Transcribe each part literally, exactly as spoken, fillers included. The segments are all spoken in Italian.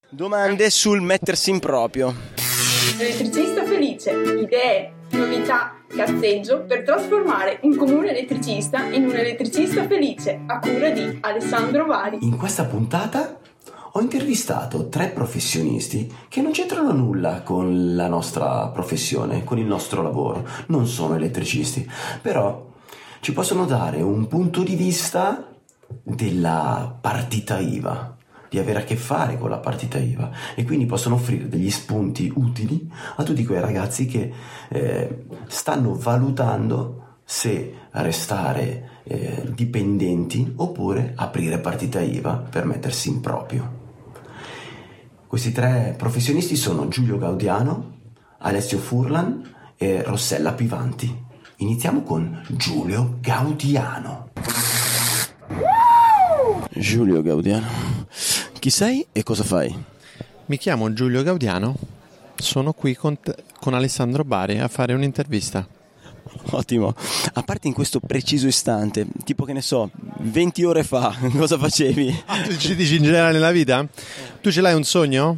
Domande sul mettersi in proprio. Elettricista felice, idee, novità, cazzeggio per trasformare un comune elettricista in un elettricista felice, a cura di Alessandro Vari. In questa puntata ho intervistato tre professionisti che non c'entrano nulla con la nostra professione, con il nostro lavoro, non sono elettricisti, però ci possono dare un punto di vista della partita I V A, di avere a che fare con la partita I V A, e quindi possono offrire degli spunti utili a tutti quei ragazzi che eh, stanno valutando se restare eh, dipendenti oppure aprire partita I V A per mettersi in proprio. Questi tre professionisti sono Giulio Gaudiano, Alessio Furlan e Rossella Pivanti. Iniziamo con Giulio Gaudiano. Giulio Gaudiano. Chi sei e cosa fai? Mi chiamo Giulio Gaudiano, sono qui con, te, con Alessandro Bari a fare un'intervista. Ottimo. A parte in questo preciso istante, tipo che ne so, venti ore fa, cosa facevi? Ah, tu ci dici in generale nella vita? Tu ce l'hai un sogno?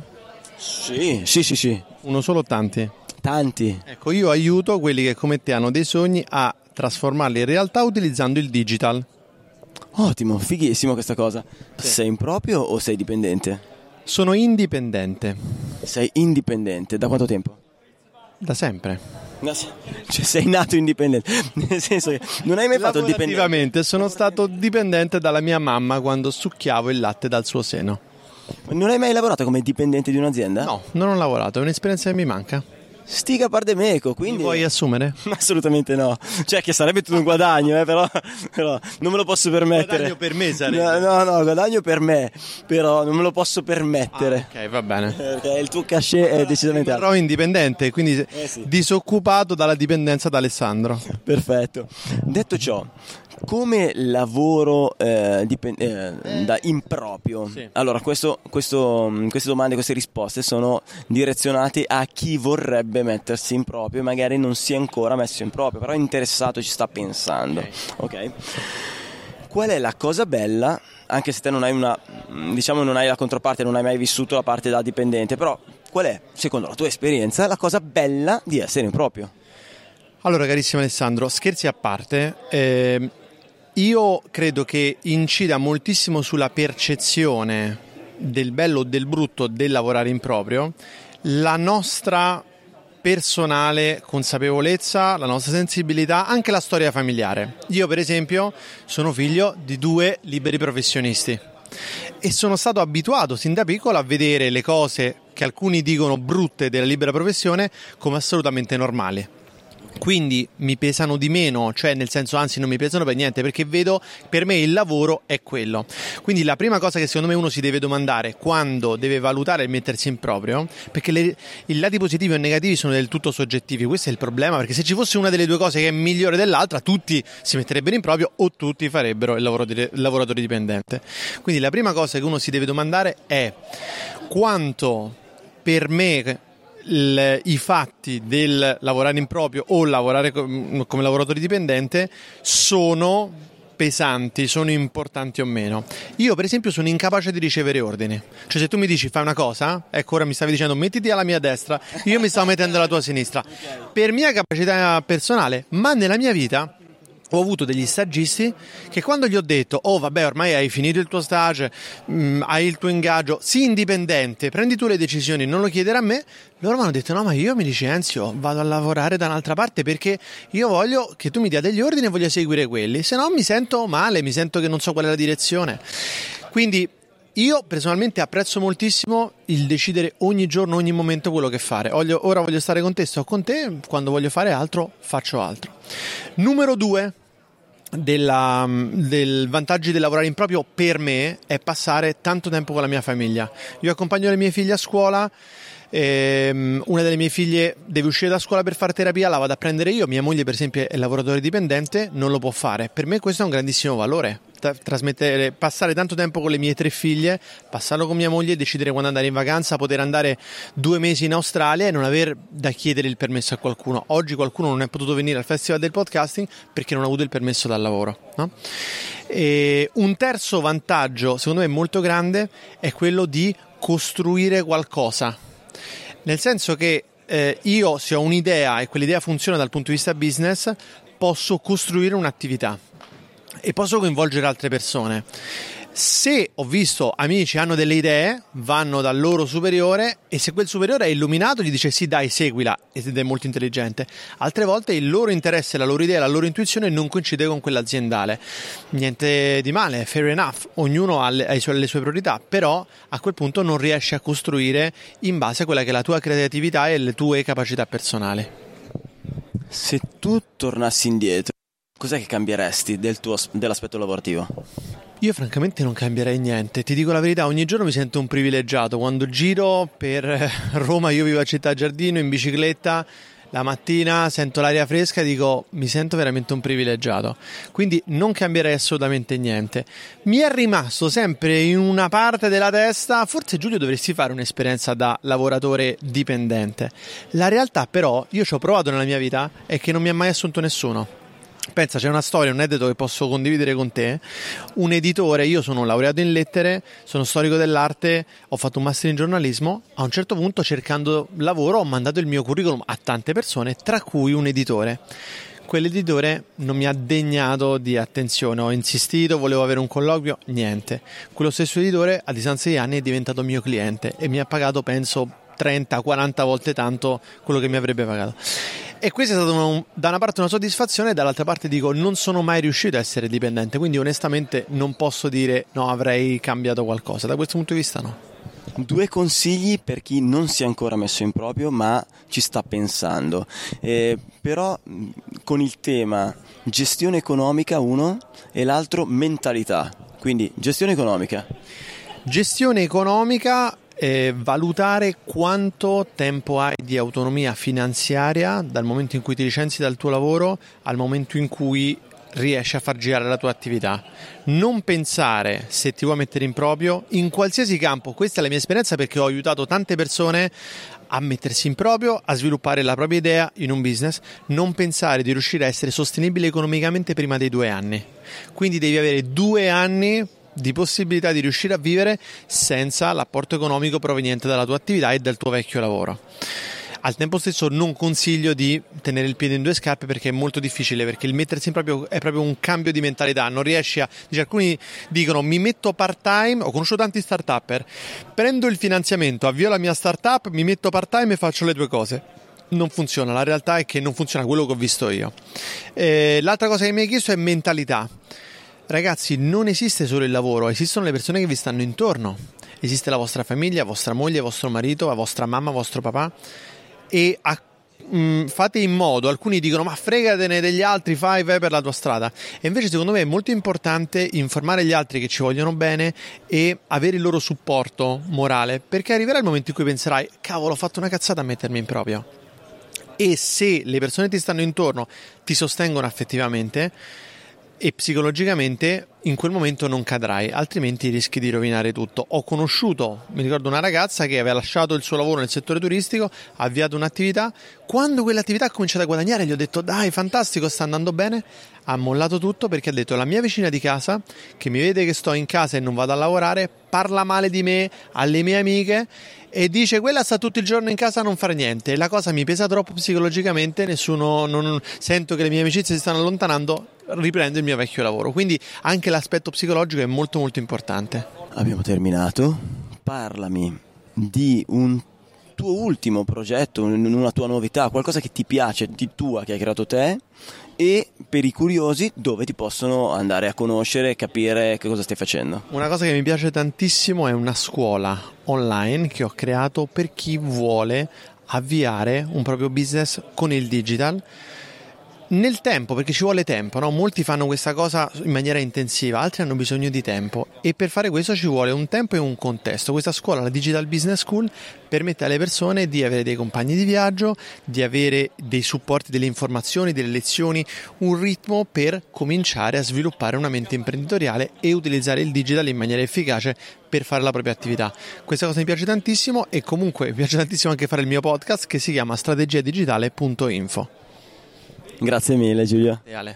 Sì, sì, sì, sì. Uno solo o tanti? Tanti. Ecco, io aiuto quelli che come te hanno dei sogni a trasformarli in realtà utilizzando il digital. Ottimo, fighissimo questa cosa. Sì. Sei in proprio o sei dipendente? Sono indipendente. Sei indipendente, da quanto tempo? Da sempre. No, cioè sei nato indipendente, nel senso che non hai mai fatto il dipendente? Lavorativamente sono stato dipendente dalla mia mamma quando succhiavo il latte dal suo seno. Non hai mai lavorato come dipendente di un'azienda? No, non ho lavorato, è un'esperienza che mi manca. Stiga pardemeco, quindi... Mi vuoi assumere? Assolutamente no. Cioè che sarebbe tutto un guadagno, eh, però, però non me lo posso permettere. Guadagno per me sarebbe. No, no, no, guadagno per me, però non me lo posso permettere. Ah, ok, va bene. Perché il tuo cachet è decisamente alto. Però indipendente, quindi eh sì. disoccupato dalla dipendenza da Alessandro. Perfetto. Detto ciò, come lavoro eh, dipend- eh, da improprio? Sì. Allora, questo, questo, queste domande, queste risposte sono direzionate a chi vorrebbe mettersi in proprio e magari non si è ancora messo in proprio, però è interessato e ci sta pensando. Ok? Ok? Qual è la cosa bella, anche se te non hai una, diciamo non hai la controparte, non hai mai vissuto la parte da dipendente, però qual è, secondo la tua esperienza, la cosa bella di essere in proprio? Allora, carissimo Alessandro, scherzi a parte, eh, io credo che incida moltissimo sulla percezione del bello o del brutto del lavorare in proprio la nostra personale consapevolezza, la nostra sensibilità, anche la storia familiare. Io per esempio sono figlio di due liberi professionisti e sono stato abituato sin da piccolo a vedere le cose che alcuni dicono brutte della libera professione come assolutamente normali. Quindi mi pesano di meno, cioè nel senso anzi non mi pesano per niente, perché vedo per me il lavoro è quello. Quindi la prima cosa che secondo me uno si deve domandare quando deve valutare il mettersi in proprio, perché le, i lati positivi o negativi sono del tutto soggettivi, questo è il problema, perché se ci fosse una delle due cose che è migliore dell'altra tutti si metterebbero in proprio o tutti farebbero il, lavoro di, il lavoratore dipendente. Quindi la prima cosa che uno si deve domandare è quanto per me Il, i fatti del lavorare in proprio o lavorare com, come lavoratore dipendente sono pesanti, sono importanti o meno. Io per esempio sono incapace di ricevere ordini, cioè se tu mi dici fai una cosa, ecco ora mi stavi dicendo mettiti alla mia destra, io mi stavo mettendo alla tua sinistra, per mia capacità personale, ma nella mia vita ho avuto degli stagisti che quando gli ho detto oh vabbè ormai hai finito il tuo stage, mh, hai il tuo ingaggio, sii indipendente, prendi tu le decisioni, non lo chiedere a me, loro mi hanno detto no ma io mi licenzio, vado a lavorare da un'altra parte perché io voglio che tu mi dia degli ordini e voglio seguire quelli, se no mi sento male, mi sento che non so qual è la direzione. Quindi io personalmente apprezzo moltissimo il decidere ogni giorno, ogni momento quello che fare. Voglio, ora voglio stare con te, sto con te, quando voglio fare altro faccio altro. Numero due della, del vantaggi del lavorare in proprio per me è passare tanto tempo con la mia famiglia. Io accompagno le mie figlie a scuola, ehm, una delle mie figlie deve uscire da scuola per fare terapia, la vado a prendere io, mia moglie per esempio è lavoratore dipendente, non lo può fare. Per me questo è un grandissimo valore, t- trasmettere, passare tanto tempo con le mie tre figlie, passarlo con mia moglie, decidere quando andare in vacanza, poter andare due mesi in Australia e non aver da chiedere il permesso a qualcuno. Oggi qualcuno non è potuto venire al Festival del Podcasting perché non ha avuto il permesso dal lavoro, no? E un terzo vantaggio, secondo me molto grande, è quello di costruire qualcosa, nel senso che eh, io, se ho un'idea e quell'idea funziona dal punto di vista business, posso costruire un'attività e posso coinvolgere altre persone. Se ho visto amici hanno delle idee, vanno dal loro superiore e se quel superiore è illuminato gli dice sì dai seguila, ed è molto intelligente. Altre volte il loro interesse, la loro idea, la loro intuizione non coincide con quella aziendale. Niente di male, fair enough, ognuno ha le, ha le sue priorità, però a quel punto non riesci a costruire in base a quella che è la tua creatività e le tue capacità personali. Se tu tornassi indietro, cos'è che cambieresti del tuo, dell'aspetto lavorativo? Io francamente non cambierei niente, ti dico la verità, ogni giorno mi sento un privilegiato, quando giro per Roma, io vivo a Città Giardino in bicicletta, la mattina sento l'aria fresca e dico mi sento veramente un privilegiato, quindi non cambierei assolutamente niente. Mi è rimasto sempre in una parte della testa, forse Giulio dovresti fare un'esperienza da lavoratore dipendente. La realtà però, io ci ho provato nella mia vita, è che non mi ha mai assunto nessuno. Pensa, c'è una storia, un aneddoto che posso condividere con te. Un editore, io sono laureato in lettere, sono storico dell'arte, ho fatto un master in giornalismo. A un certo punto, cercando lavoro, ho mandato il mio curriculum a tante persone, tra cui un editore. Quell'editore non mi ha degnato di attenzione, ho insistito, volevo avere un colloquio, niente. Quello stesso editore, a distanza di anni, è diventato mio cliente e mi ha pagato, penso, trenta quaranta volte tanto quello che mi avrebbe pagato. E questa è stata una, da una parte una soddisfazione e dall'altra parte dico non sono mai riuscito a essere dipendente, quindi onestamente non posso dire no, avrei cambiato qualcosa, da questo punto di vista no. Due consigli per chi non si è ancora messo in proprio ma ci sta pensando, eh, però con il tema gestione economica uno e l'altro mentalità, quindi gestione economica. Gestione economica. Eh, valutare quanto tempo hai di autonomia finanziaria dal momento in cui ti licenzi dal tuo lavoro al momento in cui riesci a far girare la tua attività. Non pensare, se ti vuoi mettere in proprio, in qualsiasi campo. Questa è la mia esperienza perché ho aiutato tante persone a mettersi in proprio, a sviluppare la propria idea in un business. Non pensare di riuscire a essere sostenibile economicamente prima dei due anni. Quindi devi avere due anni di possibilità di riuscire a vivere senza l'apporto economico proveniente dalla tua attività e dal tuo vecchio lavoro. Al tempo stesso non consiglio di tenere il piede in due scarpe perché è molto difficile, perché il mettersi in proprio è proprio un cambio di mentalità, non riesci a... Dice, alcuni dicono mi metto part time, ho conosciuto tanti start-upper, prendo il finanziamento, avvio la mia startup, mi metto part time e faccio le due cose. Non funziona, la realtà è che non funziona quello che ho visto io. E l'altra cosa che mi hai chiesto è mentalità. Ragazzi, non esiste solo il lavoro, esistono le persone che vi stanno intorno. Esiste la vostra famiglia, vostra moglie, vostro marito, la vostra mamma, vostro papà. E a, mh, fate in modo, alcuni dicono ma fregatene degli altri, fai, vai per la tua strada. E invece secondo me è molto importante informare gli altri che ci vogliono bene e avere il loro supporto morale, perché arriverà il momento in cui penserai cavolo, ho fatto una cazzata a mettermi in proprio. E se le persone che ti stanno intorno ti sostengono affettivamente e psicologicamente, in quel momento non cadrai, altrimenti rischi di rovinare tutto. Ho conosciuto, mi ricordo, una ragazza che aveva lasciato il suo lavoro nel settore turistico, ha avviato un'attività, quando quell'attività ha cominciato a guadagnare gli ho detto dai, fantastico, sta andando bene, ha mollato tutto perché ha detto la mia vicina di casa, che mi vede che sto in casa e non vado a lavorare, parla male di me alle mie amiche e dice quella sta tutto il giorno in casa a non fare niente, la cosa mi pesa troppo psicologicamente, nessuno, non, sento che le mie amicizie si stanno allontanando, riprendo il mio vecchio lavoro. Quindi anche l'aspetto psicologico è molto molto importante. Abbiamo terminato. Parlami di un tuo ultimo progetto, una tua novità, qualcosa che ti piace di tua che hai creato te, e per i curiosi dove ti possono andare a conoscere e capire che cosa stai facendo. Una cosa che mi piace tantissimo è una scuola online che ho creato per chi vuole avviare un proprio business con il digital. nel tempo, perché ci vuole tempo, no? Molti fanno questa cosa in maniera intensiva, altri hanno bisogno di tempo, e per fare questo ci vuole un tempo e un contesto. Questa scuola, la Digital Business School, permette alle persone di avere dei compagni di viaggio, di avere dei supporti, delle informazioni, delle lezioni, un ritmo per cominciare a sviluppare una mente imprenditoriale e utilizzare il digital in maniera efficace per fare la propria attività. Questa cosa mi piace tantissimo, e comunque mi piace tantissimo anche fare il mio podcast che si chiama strategia digitale punto info. Grazie mille, Giulio. E Ale.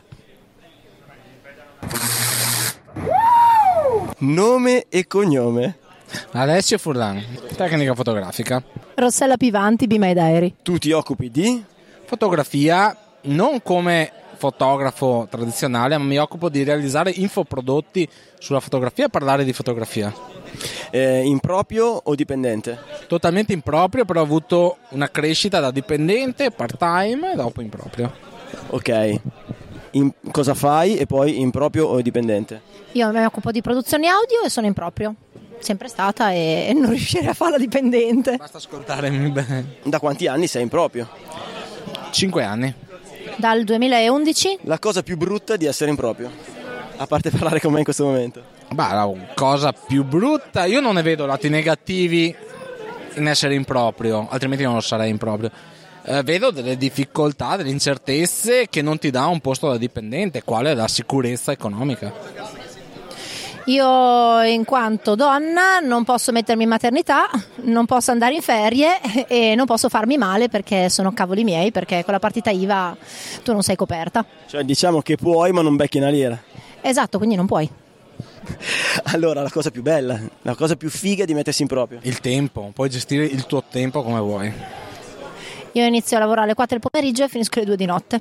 Nome e cognome? Alessio Furlan, tecnica fotografica. Rossella Pivanti, Be My Diary. Tu ti occupi di? Fotografia, non come fotografo tradizionale, ma mi occupo di realizzare infoprodotti sulla fotografia e parlare di fotografia. Eh, improprio o dipendente? Totalmente improprio, però ho avuto una crescita da dipendente, part-time e dopo improprio. Ok. In, cosa fai e poi improprio o dipendente? Io mi occupo di produzioni audio e sono in proprio, sempre stata, e non riuscirei a farla dipendente. Basta ascoltarmi bene. Da quanti anni sei improprio? Cinque anni. Dal duemilaundici. La cosa più brutta di essere improprio, a parte parlare con me in questo momento? Beh, la cosa più brutta, io non ne vedo lati negativi in essere improprio, altrimenti non lo sarei improprio. Eh, vedo delle difficoltà, delle incertezze che non ti dà un posto da dipendente, quale è la sicurezza economica. Io, in quanto donna, non posso mettermi in maternità, non posso andare in ferie e non posso farmi male perché sono cavoli miei, perché con la partita I V A tu non sei coperta. Cioè, diciamo che puoi ma non becchi una lira. Esatto, quindi non puoi. Allora, la cosa più bella, la cosa più figa di mettersi in proprio? Il tempo, puoi gestire il tuo tempo come vuoi. Io inizio a lavorare alle quattro del pomeriggio e finisco alle due di notte.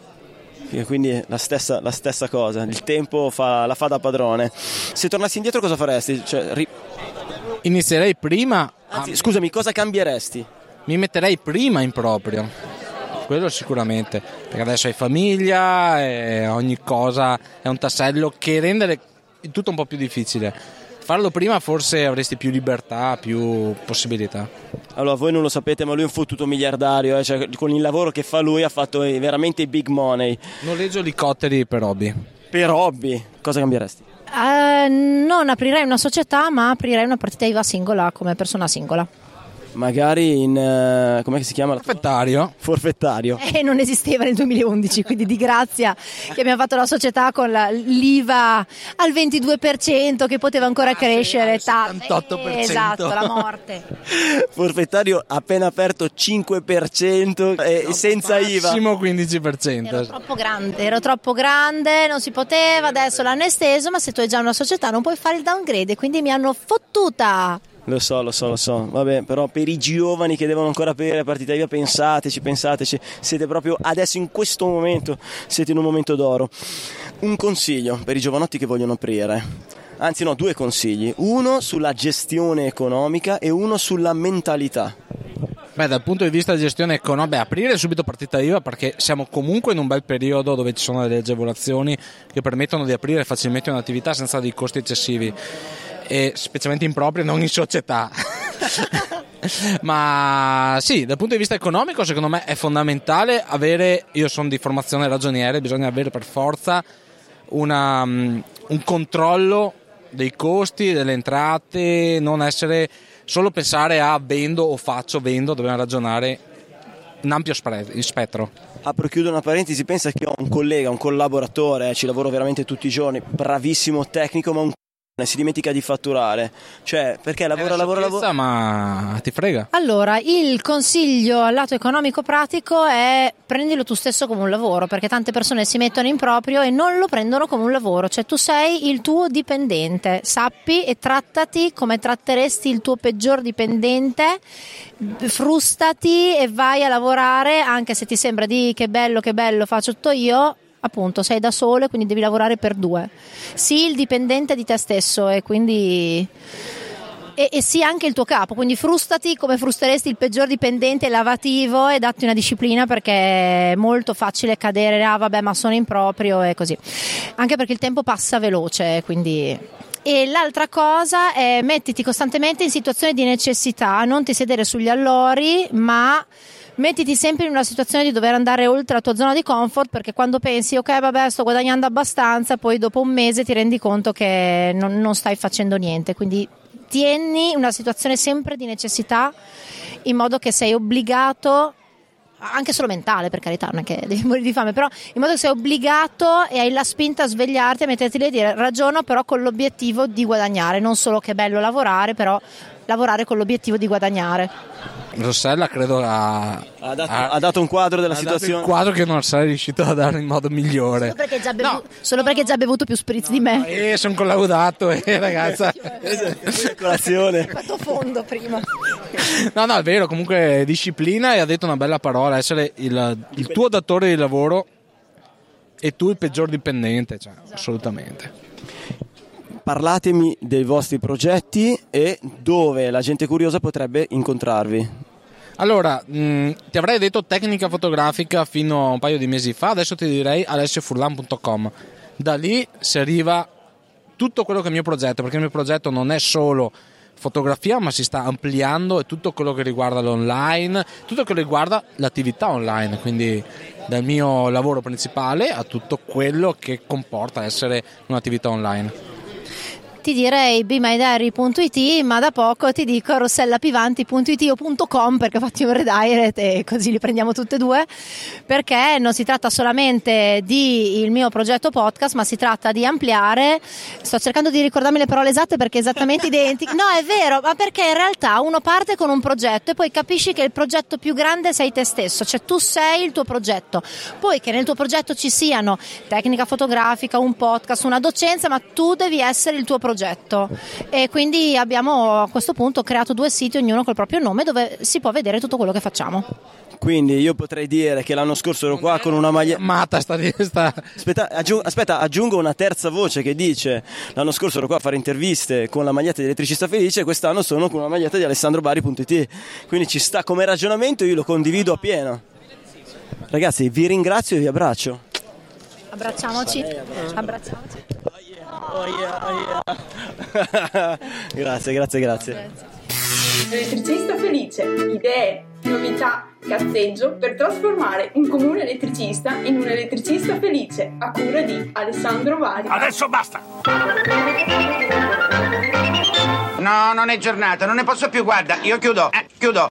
E quindi la stessa, la stessa cosa, il tempo fa, la fa da padrone. Se tornassi indietro cosa faresti? Cioè, ri... Inizierei prima. Anzi, scusami, cosa cambieresti? Mi metterei prima in proprio. Quello sicuramente, perché adesso hai famiglia e ogni cosa è un tassello che rende il tutto un po' più difficile. Farlo prima forse avresti più libertà, più possibilità. Allora, voi non lo sapete, ma lui è un fottuto miliardario, eh? Cioè, con il lavoro che fa lui ha fatto veramente big money. Noleggio elicotteri per hobby. Per hobby, cosa cambieresti? Uh, non aprirei una società, ma aprirei una partita I V A singola come persona singola. Magari in... Uh, com'è che si chiama? Forfettario. Forfettario. E non esisteva nel duemilaundici, quindi di grazia che abbiamo fatto la società con la, l'I V A al ventidue per cento che poteva ancora ah, crescere. Sì, al settantotto per cento. Eh, esatto, la morte. Forfettario appena aperto cinque per cento e no, senza I V A. Massimo quindici per cento. Ero troppo grande, ero troppo grande, non si poteva, adesso l'hanno esteso, ma se tu hai già una società non puoi fare il downgrade, quindi mi hanno fottuta. Lo so, lo so, lo so, vabbè, però per i giovani che devono ancora aprire partita I V A, pensateci, pensateci, siete proprio adesso in questo momento, siete in un momento d'oro. Un consiglio per i giovanotti che vogliono aprire, anzi no, due consigli, uno sulla gestione economica e uno sulla mentalità. Beh, dal punto di vista di gestione economica, aprire subito partita I V A, perché siamo comunque in un bel periodo dove ci sono delle agevolazioni che permettono di aprire facilmente un'attività senza dei costi eccessivi, e specialmente in proprio, non in società. Ma sì, dal punto di vista economico secondo me è fondamentale avere, io sono di formazione ragioniere, bisogna avere per forza una, um, un controllo dei costi, delle entrate, non essere solo pensare a vendo o faccio, vendo, dobbiamo ragionare in ampio spettro. Apro e chiudo una parentesi, pensa che ho un collega, un collaboratore, eh, ci lavoro veramente tutti i giorni, bravissimo tecnico, ma un si dimentica di fatturare, cioè perché lavora, lavora, lavora, ma ti frega. Allora, il consiglio al lato economico pratico è prendilo tu stesso come un lavoro, perché tante persone si mettono in proprio e non lo prendono come un lavoro, cioè tu sei il tuo dipendente, sappi e trattati come tratteresti il tuo peggior dipendente, frustati e vai a lavorare, anche se ti sembra di che bello, che bello, faccio tutto io. Appunto, sei da solo e quindi devi lavorare per due. Sii il dipendente di te stesso e quindi e, e sii anche il tuo capo, quindi frustati come frusteresti il peggior dipendente lavativo e datti una disciplina, perché è molto facile cadere, ah vabbè ma sono in proprio e così, anche perché il tempo passa veloce, quindi. E l'altra cosa è mettiti costantemente in situazioni di necessità, non ti sedere sugli allori, ma mettiti sempre in una situazione di dover andare oltre la tua zona di comfort, perché quando pensi ok vabbè sto guadagnando abbastanza, poi dopo un mese ti rendi conto che non, non stai facendo niente, quindi tieni una situazione sempre di necessità, in modo che sei obbligato, anche solo mentale per carità, non è che devi morire di fame, però in modo che sei obbligato e hai la spinta a svegliarti, a metterti lì e dire ragiono però con l'obiettivo di guadagnare, non solo che è bello lavorare, però lavorare con l'obiettivo di guadagnare. Rossella credo ha, Ha dato, ha, ha dato un quadro della ha situazione. dato il quadro che non sarei riuscito a dare in modo migliore. Solo perché hai già, bevu- No. solo perché hai già bevuto più spritz di me. Eh, sono collaudato, eh, ragazza. Colazione. Ho fatto fondo prima. No, no, è vero, comunque disciplina, e ha detto una bella parola, essere il, il tuo datore di lavoro e tu il peggior dipendente, cioè, assolutamente. Parlatemi dei vostri progetti e dove la gente curiosa potrebbe incontrarvi. Allora, mh, ti avrei detto tecnica fotografica fino a un paio di mesi fa, adesso ti direi alessio furlan punto com. Da lì si arriva tutto quello che è il mio progetto, perché il mio progetto non è solo fotografia, ma si sta ampliando, e tutto quello che riguarda l'online, tutto quello che riguarda l'attività online, quindi dal mio lavoro principale a tutto quello che comporta essere un'attività online. Ti direi be my diary punto it, ma da poco ti dico rossellapivanti punto it o .com, perché ho fatto un redirect e così li prendiamo tutte e due, perché non si tratta solamente di il mio progetto podcast, ma si tratta di ampliare. Sto cercando di ricordarmi le parole esatte perché è esattamente identico. No, è vero, ma perché in realtà uno parte con un progetto e poi capisci che il progetto più grande sei te stesso, cioè tu sei il tuo progetto. Poi che nel tuo progetto ci siano tecnica fotografica, un podcast, una docenza, ma tu devi essere il tuo progetto. progetto e quindi abbiamo a questo punto creato due siti, ognuno col proprio nome, dove si può vedere tutto quello che facciamo. Quindi io potrei dire che l'anno scorso ero qua con una maglietta. Mata sta, sta... Aspetta, aggiung- aspetta, aggiungo una terza voce che dice: l'anno scorso ero qua a fare interviste con la maglietta di Elettricista Felice, e quest'anno sono con una maglietta di alessandro bari punto it. Quindi ci sta come ragionamento, io lo condivido appieno. Ragazzi, vi ringrazio e vi abbraccio. Abbracciamoci. Abbracciamoci. Oh yeah, oh yeah. Grazie, grazie, grazie. Elettricista felice, idee, novità, cazzeggio per trasformare un comune elettricista in un elettricista felice, a cura di Alessandro Vari. Adesso basta! No, non è giornata, non ne posso più, guarda, io chiudo, eh, chiudo.